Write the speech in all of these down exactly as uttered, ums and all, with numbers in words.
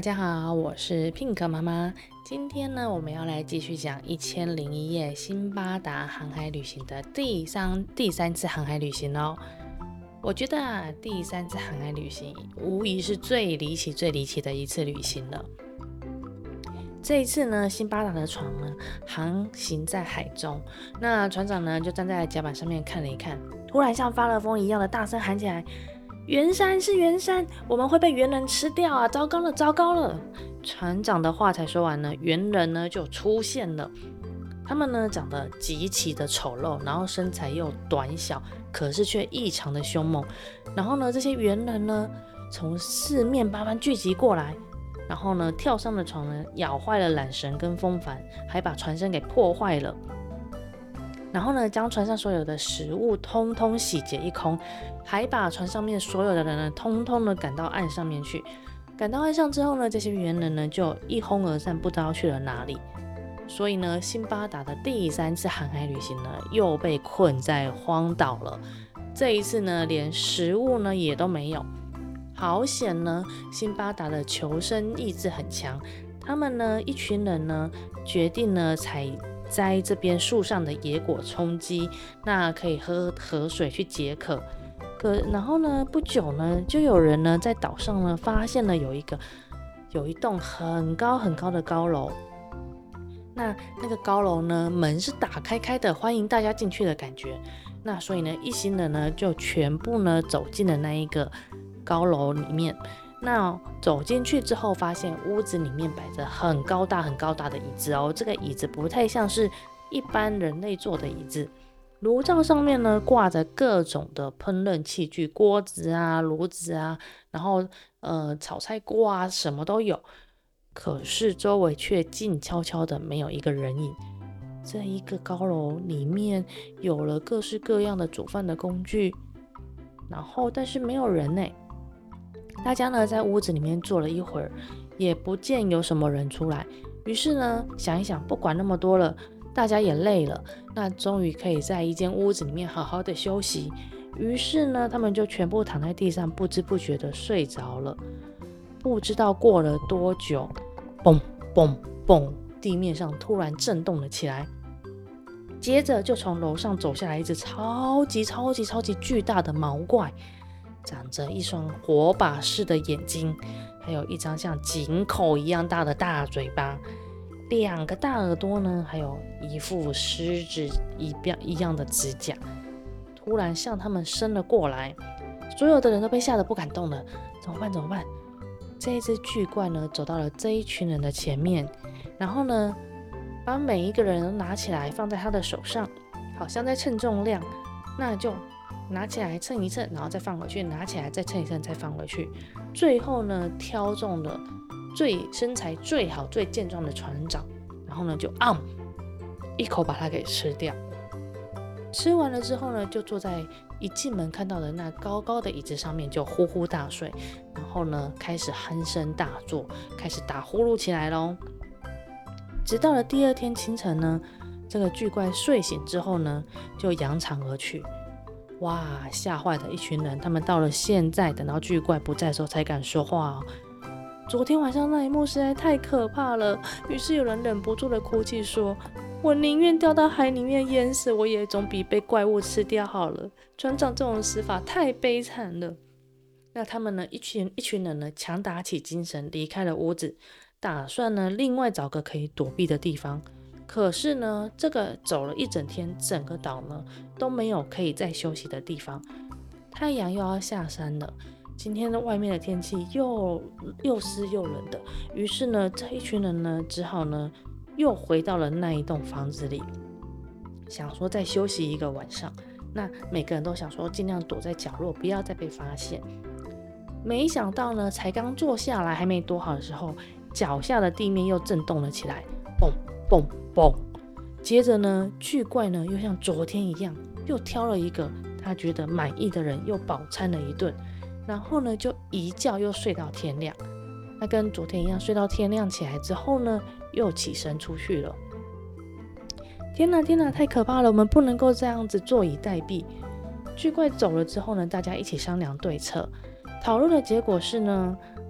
家好，我是 Pink 妈妈。今天呢，我们要来继续讲《一千零一夜》辛巴达航海旅行的第三第三次航海旅行哦。我觉得啊，第三次航海旅行无疑是最离奇、最离奇的一次旅行了。这一次呢，辛巴达的船呢航行在海中，那船长呢就站在甲板上面看了一看，突然像发了疯一样的大声喊起来：圆山是圆山，我们会被猿人吃掉啊！糟糕了，糟糕了！船长的话才说完呢，猿人呢就出现了。他们呢长得极其的丑陋，然后身材又短小，可是却异常的凶猛。然后呢，这些猿人呢从四面八方聚集过来，然后呢跳上了船呢，咬坏了缆绳跟风帆，还把船身给破坏了。然后呢，将船上所有的食物通通洗劫一空，还把船上面所有的人呢，通通的赶到岸上面去。赶到岸上之后呢，这些猿人呢就一哄而散，不知道去了哪里。所以呢，辛巴达的第三次航海旅行呢，又被困在荒岛了。这一次呢，连食物呢也都没有。好险呢，辛巴达的求生意志很强。他们呢，一群人呢，决定呢采摘这边树上的野果充饥，那可以喝河水去解渴。可然后呢，不久呢，就有人呢在岛上呢发现了有一个有一栋很高很高的高楼。那那个高楼呢，门是打开开的，欢迎大家进去的感觉。那所以呢，一行人呢就全部呢走进了那一个高楼里面。那走进去之后，发现屋子里面摆着很高大很高大的椅子哦，这个椅子不太像是一般人类坐的椅子。炉灶上面呢挂着各种的烹饪器具，锅子啊、炉子啊，然后呃炒菜锅啊，什么都有。可是周围却静悄悄的，没有一个人影。这一个高楼里面有了各式各样的煮饭的工具，然后但是没有人呢。大家呢在屋子里面坐了一会儿，也不见有什么人出来。于是呢想一想，不管那么多了，大家也累了，那终于可以在一间屋子里面好好的休息。于是呢他们就全部躺在地上，不知不觉的睡着了。不知道过了多久，嘣嘣嘣，地面上突然震动了起来。接着就从楼上走下来一只超级超级超级巨大的毛怪，长着一双火把式的眼睛，还有一张像井口一样大的大嘴巴，两个大耳朵呢，还有一副狮子一样的指甲，突然向他们伸了过来。所有的人都被吓得不敢动了，怎么办？怎么办？这一只巨怪呢，走到了这一群人的前面，然后呢，把每一个人都拿起来放在他的手上，好像在称重量。那就拿起来称一称，然后再放回去，拿起来再称一称，再放回去。最后呢，挑中了最身材最好、最健壮的船长，然后呢，就啊、嗯、一口把它给吃掉。吃完了之后呢，就坐在一进门看到的那高高的椅子上面，就呼呼大睡。然后呢，开始鼾声大作，开始打呼噜起来咯。直到了第二天清晨呢，这个巨怪睡醒之后呢，就扬长而去。哇，吓坏了一群人。他们到了现在，等到巨怪不在的时候才敢说话哦。昨天晚上那一幕实在太可怕了，于是有人忍不住的哭泣说：我宁愿掉到海里面淹死，我也总比被怪物吃掉好了。船长这种死法太悲惨了。那他们呢，一群一群人呢，强打起精神离开了屋子，打算呢另外找个可以躲避的地方。可是呢，这个走了一整天，整个岛呢都没有可以再休息的地方。太阳又要下山了，今天的外面的天气又又湿又冷的，于是呢，这一群人呢只好呢又回到了那一栋房子里，想说再休息一个晚上。那每个人都想说尽量躲在角落，不要再被发现。没想到呢，才刚坐下来还没躲好的时候，脚下的地面又震动了起来，嘣嘣嘣。接着呢，巨怪呢又像昨天一样，又挑了一个他觉得满意的人，又饱餐了一顿，然后呢就一觉又睡到天亮。那跟昨天一样，睡到天亮起来之后呢，又起身出去了。天哪天哪，太可怕了，我们不能够这样子坐以待毙。巨怪走了之后呢，大家一起商量对策。讨论的结果是呢，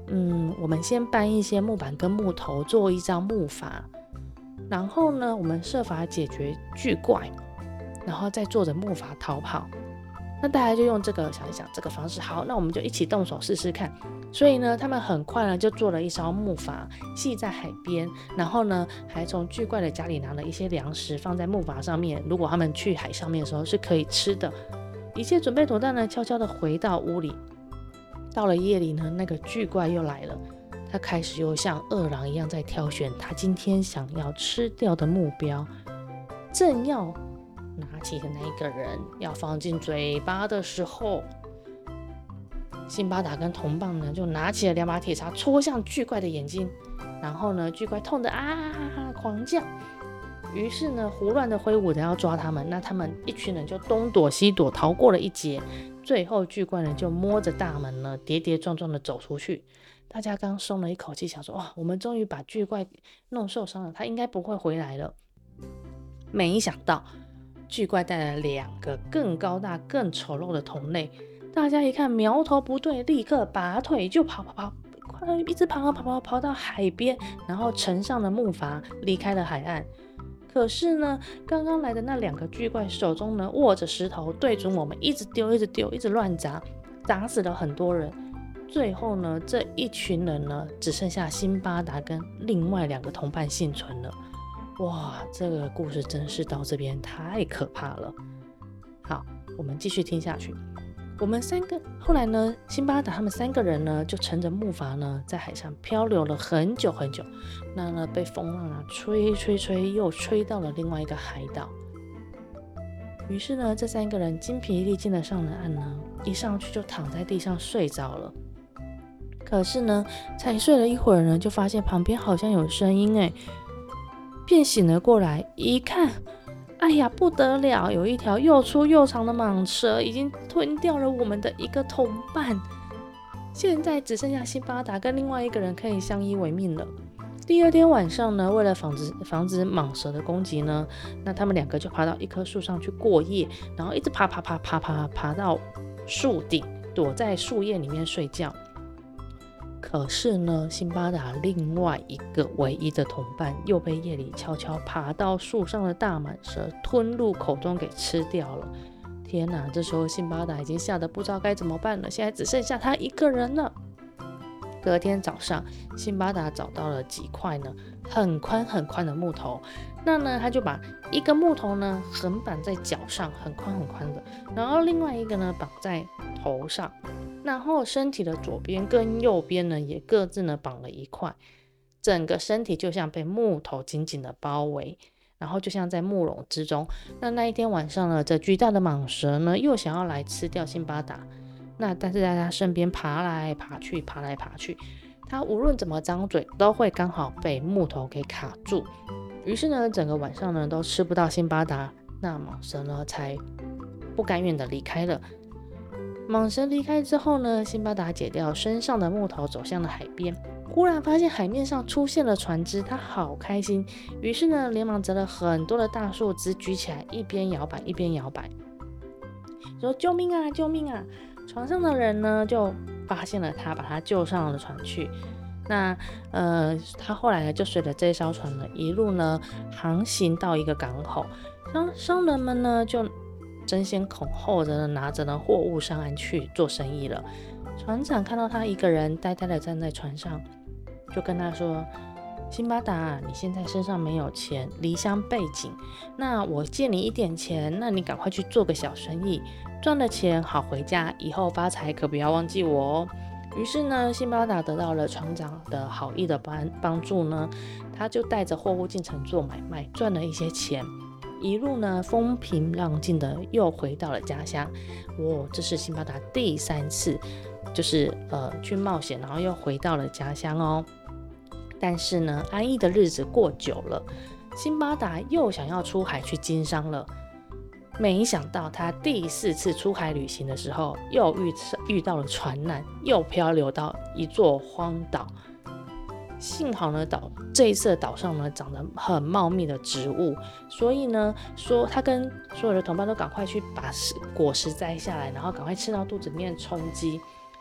嗯，我们先搬一些木板跟木头做一张木筏，然后呢，我们设法解决巨怪，然后再坐着木筏逃跑。那大家就用这个想一想这个方式，好，那我们就一起动手试试看。所以呢，他们很快呢就做了一艘木筏，系在海边，然后呢还从巨怪的家里拿了一些粮食放在木筏上面，如果他们去海上面的时候是可以吃的。一切准备妥当呢，悄悄的回到屋里。到了夜里呢，那个巨怪又来了，他开始又像饿狼一样在挑选他今天想要吃掉的目标，正要拿起的那一个人要放进嘴巴的时候，辛巴达跟同伴呢就拿起了两把铁叉戳向巨怪的眼睛，然后呢巨怪痛得啊狂叫，于是呢胡乱的挥舞的要抓他们，那他们一群人就东躲西躲逃过了一劫，最后巨怪呢就摸着大门呢跌跌撞撞的走出去。大家刚松了一口气，想说哇，我们终于把巨怪弄受伤了，他应该不会回来了。没想到巨怪带来两个更高大更丑陋的同类，大家一看苗头不对，立刻拔腿就跑跑跑，快一直跑跑跑跑到海边，然后乘上了木筏离开了海岸。可是呢，刚刚来的那两个巨怪手中呢握着石头，对准我们一直丢一直丢一直乱砸，砸死了很多人。最后呢，这一群人呢只剩下辛巴达跟另外两个同伴幸存了。哇，这个故事真是到这边太可怕了。好，我们继续听下去。我们三个后来呢，辛巴达他们三个人呢就乘着木筏呢在海上漂流了很久很久，那呢被风浪啊吹吹吹又吹到了另外一个海岛。于是呢这三个人精疲力尽的上了岸呢，一上去就躺在地上睡着了。可是呢才睡了一会儿呢，就发现旁边好像有声音哎，便醒了过来，一看，哎呀不得了，有一条又粗又长的蟒蛇已经吞掉了我们的一个同伴，现在只剩下辛巴达跟另外一个人可以相依为命了。第二天晚上呢，为了防止防止蟒蛇的攻击呢，那他们两个就爬到一棵树上去过夜，然后一直爬爬爬爬爬爬到树顶，躲在树叶里面睡觉。可是呢，辛巴达另外一个唯一的同伴又被夜里悄悄爬到树上的大蟒蛇吞入口中给吃掉了。天哪，这时候辛巴达已经吓得不知道该怎么办了，现在只剩下他一个人了。隔天早上，辛巴达找到了几块呢很宽很宽的木头，那呢他就把一个木头呢横绑在脚上，很宽很宽的，然后另外一个呢绑在头上，然后身体的左边跟右边呢也各自呢绑了一块，整个身体就像被木头紧紧的包围，然后就像在木笼之中。那那一天晚上呢，这巨大的蟒蛇呢又想要来吃掉辛巴达，那但是在他身边爬来爬去爬来爬去，他无论怎么张嘴都会刚好被木头给卡住。于是呢整个晚上呢都吃不到辛巴达，那蟒蛇呢才不甘愿的离开了。蟒蛇离开之后呢，辛巴达解掉身上的木头，走向了海边。忽然发现海面上出现了船只，他好开心，于是呢连忙折了很多的大树枝举起来，一边摇摆一边摇摆，说救命啊救命啊！船上的人呢就发现了他，把他救上了船去。那呃，他后来呢就随着这艘船呢一路呢航行到一个港口，商商人们呢就争先恐后的拿着呢货物上岸去做生意了。船长看到他一个人呆呆的站在船上，就跟他说：辛巴达，你现在身上没有钱，离乡背井，那我借你一点钱，那你赶快去做个小生意，赚了钱好回家，以后发财可不要忘记我哦。于是呢，辛巴达得到了船长的好意的帮帮助呢，他就带着货物进城做买卖，赚了一些钱，一路呢风平浪静的又回到了家乡。哇，这是辛巴达第三次就是呃去冒险，然后又回到了家乡哦。但是呢，安逸的日子过久了，辛巴达又想要出海去经商了。没想到他第四次出海旅行的时候，又 遇, 遇到了船难，又漂流到一座荒岛。幸好呢，岛这一次的岛上呢长得很茂密的植物，所以呢，说他跟所有的同伴都赶快去把果实摘下来，然后赶快吃到肚子里面充饥。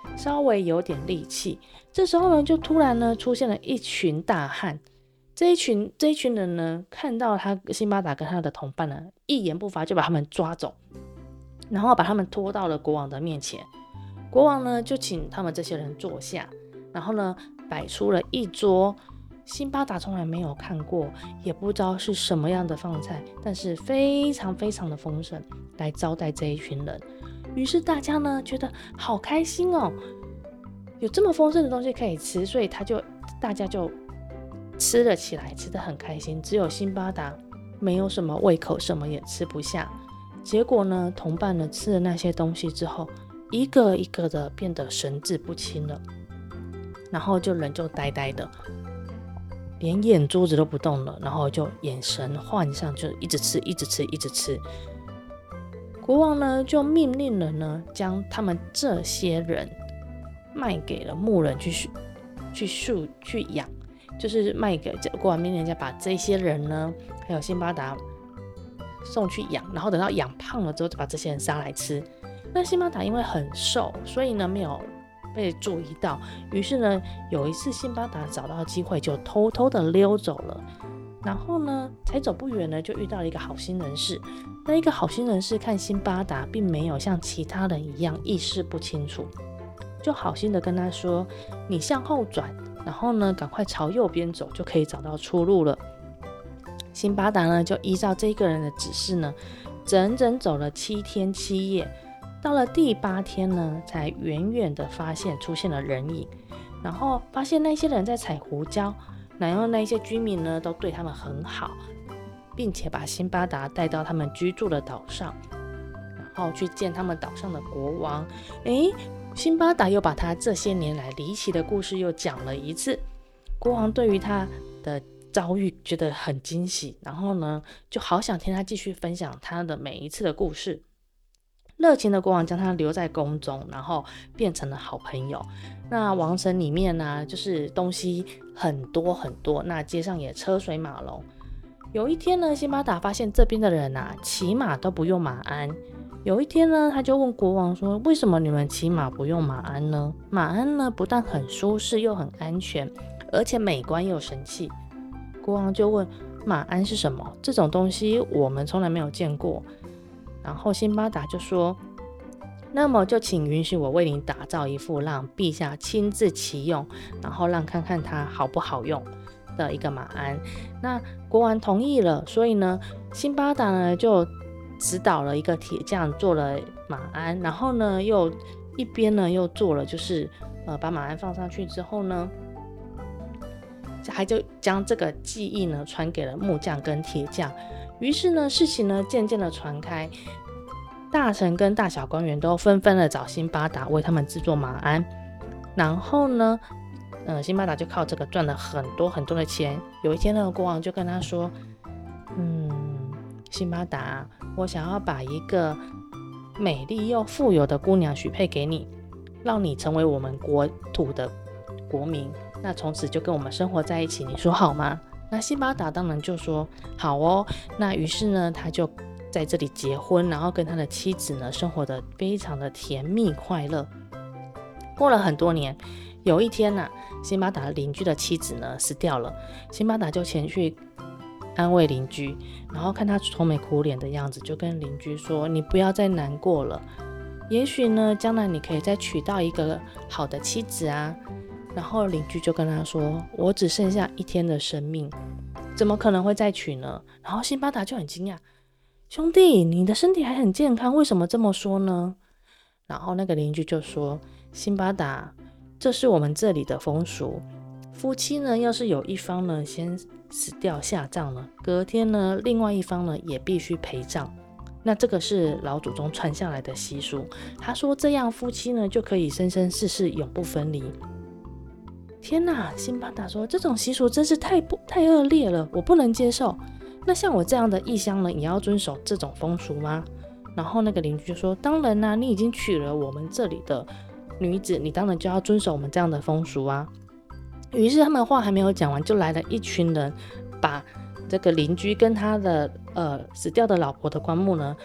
稍微有点力气。这时候呢，就突然呢出现了一群大汉。这一群这一群人呢，看到他辛巴达跟他的同伴呢，一言不发就把他们抓走，然后把他们拖到了国王的面前。国王呢就请他们这些人坐下，然后呢摆出了一桌辛巴达从来没有看过，也不知道是什么样的饭菜，但是非常非常的丰盛，来招待这一群人。于是大家呢觉得好开心哦，有这么丰盛的东西可以吃，所以他就大家就吃了起来，吃得很开心。只有辛巴达没有什么胃口，什么也吃不下。结果呢，同伴呢吃了那些东西之后，一个一个的变得神志不清了，然后就人就呆呆的，连眼珠子都不动了，然后就眼神涣散，就一直吃，一直吃，一直吃。国王呢就命令人呢将他们这些人卖给了牧人去去去去养。就是卖给国王命令人家把这些人呢，还有辛巴达送去养，然后等到养胖了之后，就把这些人杀来吃。那辛巴达因为很瘦，所以呢没有被注意到。于是呢，有一次辛巴达找到机会，就偷偷的溜走了。然后呢，才走不远呢，就遇到了一个好心人士。那一个好心人士看辛巴达并没有像其他人一样意识不清楚，就好心的跟他说：“你向后转。”然后呢，赶快朝右边走，就可以找到出路了。辛巴达呢，就依照这个人的指示呢，整整走了七天七夜。到了第八天呢，才远远的发现出现了人影，然后发现那些人在采胡椒，然后那些居民呢，都对他们很好，并且把辛巴达带到他们居住的岛上，然后去见他们岛上的国王。诶辛巴达又把他这些年来离奇的故事又讲了一次，国王对于他的遭遇觉得很惊喜，然后呢就好想听他继续分享他的每一次的故事。热情的国王将他留在宫中，然后变成了好朋友。那王城里面呢、啊，就是东西很多很多，那街上也车水马龙。有一天呢，辛巴达发现这边的人啊，骑马都不用马鞍。有一天呢，他就问国王说：“为什么你们骑马不用马鞍呢？马鞍呢，不但很舒适又很安全，而且美观又神气。”国王就问：“马鞍是什么？这种东西我们从来没有见过。”然后辛巴达就说：“那么就请允许我为您打造一副让陛下亲自骑用，然后让看看它好不好用的一个马鞍。”那国王同意了，所以呢，辛巴达呢就指导了一个铁匠做了马鞍，然后呢又一边呢又做了就是呃把马鞍放上去之后呢，还就将这个技艺呢传给了木匠跟铁匠。于是呢事情呢渐渐的传开，大臣跟大小官员都纷纷的找辛巴达为他们制作马鞍。然后呢呃辛巴达就靠这个赚了很多很多的钱。有一天呢，国王就跟他说：“嗯，辛巴达，我想要把一个美丽又富有的姑娘许配给你，让你成为我们国土的国民，那从此就跟我们生活在一起，你说好吗？”那辛巴达当然就说好哦。那于是呢，他就在这里结婚，然后跟他的妻子呢生活得非常的甜蜜快乐。过了很多年，有一天呢、啊，辛巴达邻居的妻子呢死掉了，辛巴达就前去安慰邻居，然后看他愁眉苦脸的样子，就跟邻居说：“你不要再难过了，也许呢，将来你可以再娶到一个好的妻子啊。”然后邻居就跟他说：“我只剩下一天的生命，怎么可能会再娶呢？”然后辛巴达就很惊讶：“兄弟，你的身体还很健康，为什么这么说呢？”然后那个邻居就说：“辛巴达，这是我们这里的风俗，夫妻呢，要是有一方呢先死掉下葬了，隔天呢，另外一方呢也必须陪葬。那这个是老祖宗传下来的习俗。他说这样夫妻呢就可以生生世世永不分离。”天哪，辛巴达说：“这种习俗真是太不太恶劣了，我不能接受。那像我这样的异乡人，也要遵守这种风俗吗？”然后那个邻居就说：“当然啦、啊，你已经娶了我们这里的女子，你当然就要遵守我们这样的风俗啊。”于是他们话还没有讲完，就来了一群人，把这个邻居跟他的呃死掉的老婆的棺木呢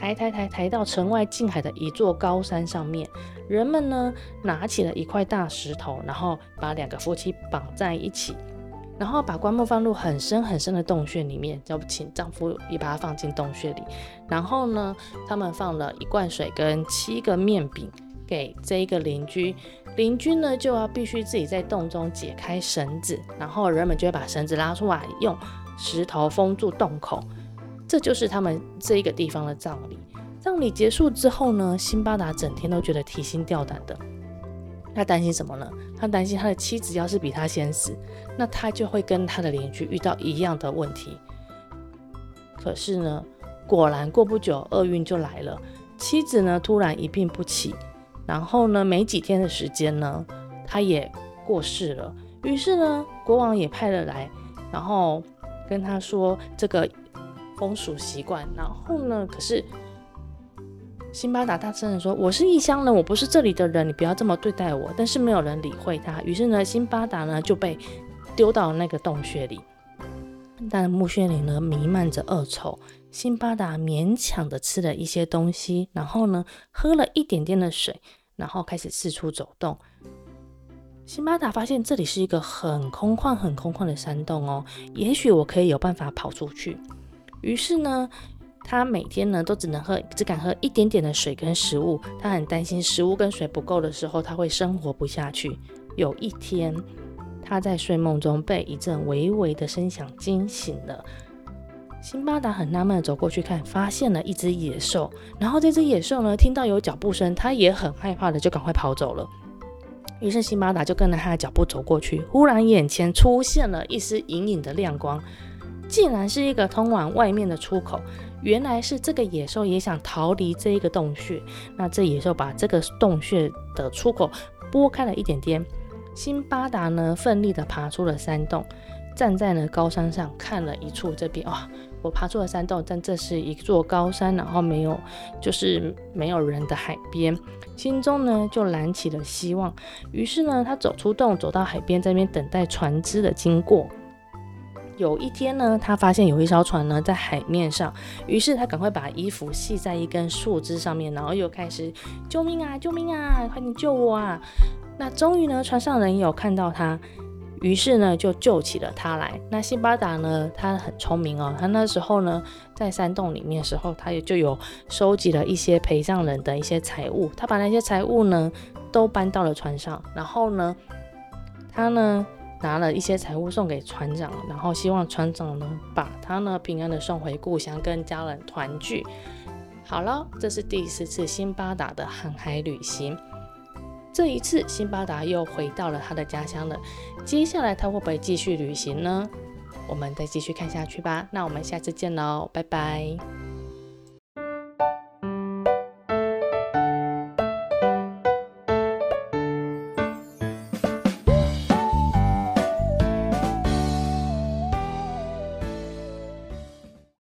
抬抬抬抬到城外近海的一座高山上面。人们呢拿起了一块大石头，然后把两个夫妻绑在一起，然后把棺木放入很深很深的洞穴里面，就请丈夫也把它放进洞穴里。然后呢，他们放了一罐水跟七个面饼给这一个邻居。邻居呢就要必须自己在洞中解开绳子，然后人们就会把绳子拉出来，用石头封住洞口。这就是他们这一个地方的葬礼。葬礼结束之后呢，辛巴达整天都觉得提心吊胆的。他担心什么呢？他担心他的妻子要是比他先死，那他就会跟他的邻居遇到一样的问题。可是呢，果然过不久厄运就来了，妻子呢突然一病不起，然后呢没几天的时间呢，他也过世了。于是呢，国王也派了来，然后跟他说这个风俗习惯。然后呢，可是辛巴达大声地说，我是异乡人，我不是这里的人，你不要这么对待我。但是没有人理会他。于是呢，辛巴达呢就被丢到那个洞穴里。但墓穴里呢弥漫着恶臭，辛巴达勉强的吃了一些东西，然后呢喝了一点点的水，然后开始四处走动。辛巴达发现这里是一个很空旷很空旷的山洞哦，也许我可以有办法跑出去。于是呢，他每天呢都只能喝，只敢喝一点点的水跟食物。他很担心食物跟水不够的时候，他会生活不下去。有一天，他在睡梦中被一阵微微的声响惊醒了。辛巴达很纳闷的走过去看，发现了一只野兽。然后这只野兽呢，听到有脚步声，他也很害怕的就赶快跑走了。于是辛巴达就跟着他的脚步走过去，忽然眼前出现了一丝隐隐的亮光，竟然是一个通往外面的出口。原来是这个野兽也想逃离这一个洞穴。那这野兽把这个洞穴的出口拨开了一点点。辛巴达呢奋力的爬出了山洞，站在呢高山上看了一处这边，哇、哦，我爬出了山洞，但这是一座高山，然后没有就是没有人的海边，心中呢就燃起了希望。于是呢，他走出洞，走到海边，在那边等待船只的经过。有一天呢，他发现有一艘船呢在海面上，于是他赶快把衣服系在一根树枝上面，然后又开始救命啊救命啊，快点救我啊。那终于呢，船上人有看到他，于是呢就救起了他来。那辛巴达呢，他很聪明哦，他那时候呢在山洞里面的时候，他也就有收集了一些陪葬人的一些财物，他把那些财物呢都搬到了船上，然后呢他呢拿了一些财物送给船长，然后希望船长呢把他呢平安的送回故乡，跟家人团聚。好了，这是第四次辛巴达的航海旅行。这一次辛巴达又回到了他的家乡了，接下来他会不会继续旅行呢？我们再继续看下去吧。那我们下次见喽，拜拜。